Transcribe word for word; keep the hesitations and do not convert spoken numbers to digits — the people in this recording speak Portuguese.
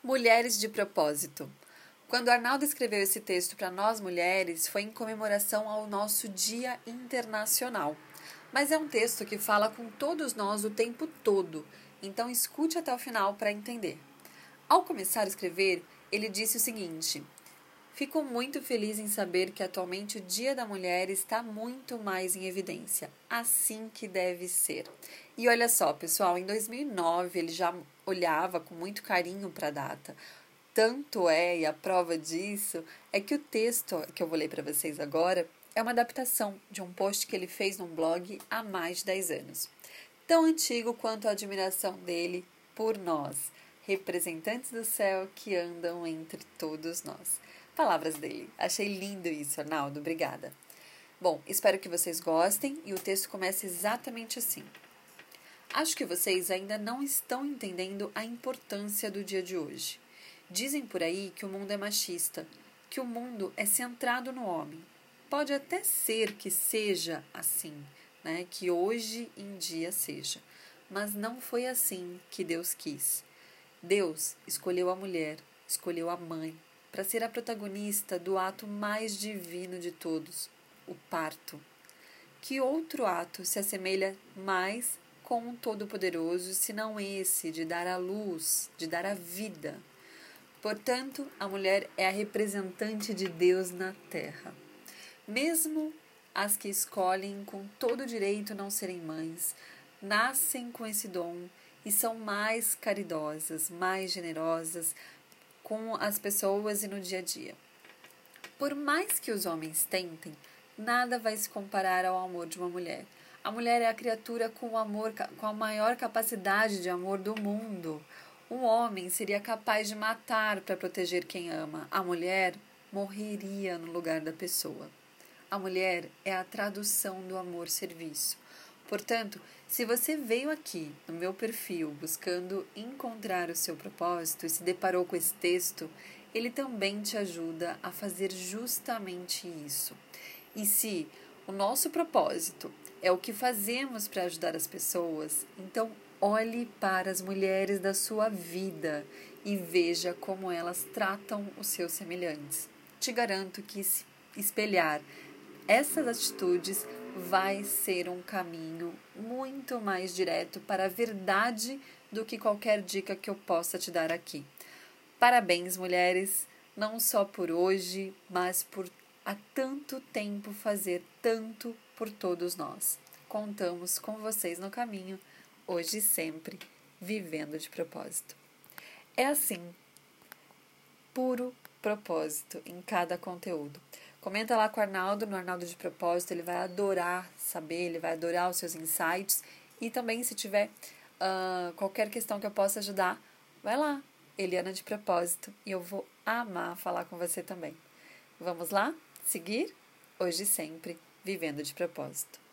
Mulheres de propósito. Quando Arnaldo escreveu esse texto para nós mulheres, foi em comemoração ao nosso Dia Internacional. Mas é um texto que fala com todos nós o tempo todo, então escute até o final para entender. Ao começar a escrever, ele disse o seguinte: fico muito feliz em saber que atualmente o Dia da Mulher está muito mais em evidência, assim que deve ser. E olha só, pessoal, em dois mil e nove ele já olhava com muito carinho para a data. Tanto é, e a prova disso, é que o texto que eu vou ler para vocês agora é uma adaptação de um post que ele fez num blog há mais de dez anos. Tão antigo quanto a admiração dele por nós, representantes do céu que andam entre todos nós. Palavras dele. Achei lindo isso, Arnaldo. Obrigada. Bom, espero que vocês gostem e o texto começa exatamente assim. Acho que vocês ainda não estão entendendo a importância do dia de hoje. Dizem por aí que o mundo é machista, que o mundo é centrado no homem. Pode até ser que seja assim, né? Que hoje em dia seja. Mas não foi assim que Deus quis. Deus escolheu a mulher, escolheu a mãe, para ser a protagonista do ato mais divino de todos, o parto. Que outro ato se assemelha mais com o Todo-Poderoso, senão esse de dar a luz, de dar a vida? Portanto, a mulher é a representante de Deus na terra. Mesmo as que escolhem com todo o direito não serem mães, nascem com esse dom e são mais caridosas, mais generosas com as pessoas e no dia a dia. Por mais que os homens tentem, nada vai se comparar ao amor de uma mulher. A mulher é a criatura com o amor, com a maior capacidade de amor do mundo. Um homem seria capaz de matar para proteger quem ama. A mulher morreria no lugar da pessoa. A mulher é a tradução do amor-serviço. Portanto, se você veio aqui no meu perfil buscando encontrar o seu propósito e se deparou com esse texto, ele também te ajuda a fazer justamente isso. E se o nosso propósito é o que fazemos para ajudar as pessoas, então olhe para as mulheres da sua vida e veja como elas tratam os seus semelhantes. Te garanto que se espelhar essas atitudes vai ser um caminho muito mais direto para a verdade do que qualquer dica que eu possa te dar aqui. Parabéns, mulheres, não só por hoje, mas por há tanto tempo fazer tanto por todos nós. Contamos com vocês no caminho, hoje e sempre, vivendo de propósito. É assim, puro propósito em cada conteúdo. Comenta lá com o Arnaldo, no Arnaldo de Propósito, ele vai adorar saber, ele vai adorar os seus insights. E também, se tiver uh, qualquer questão que eu possa ajudar, vai lá, Eliana de Propósito, e eu vou amar falar com você também. Vamos lá? Seguir? Hoje e sempre, vivendo de propósito.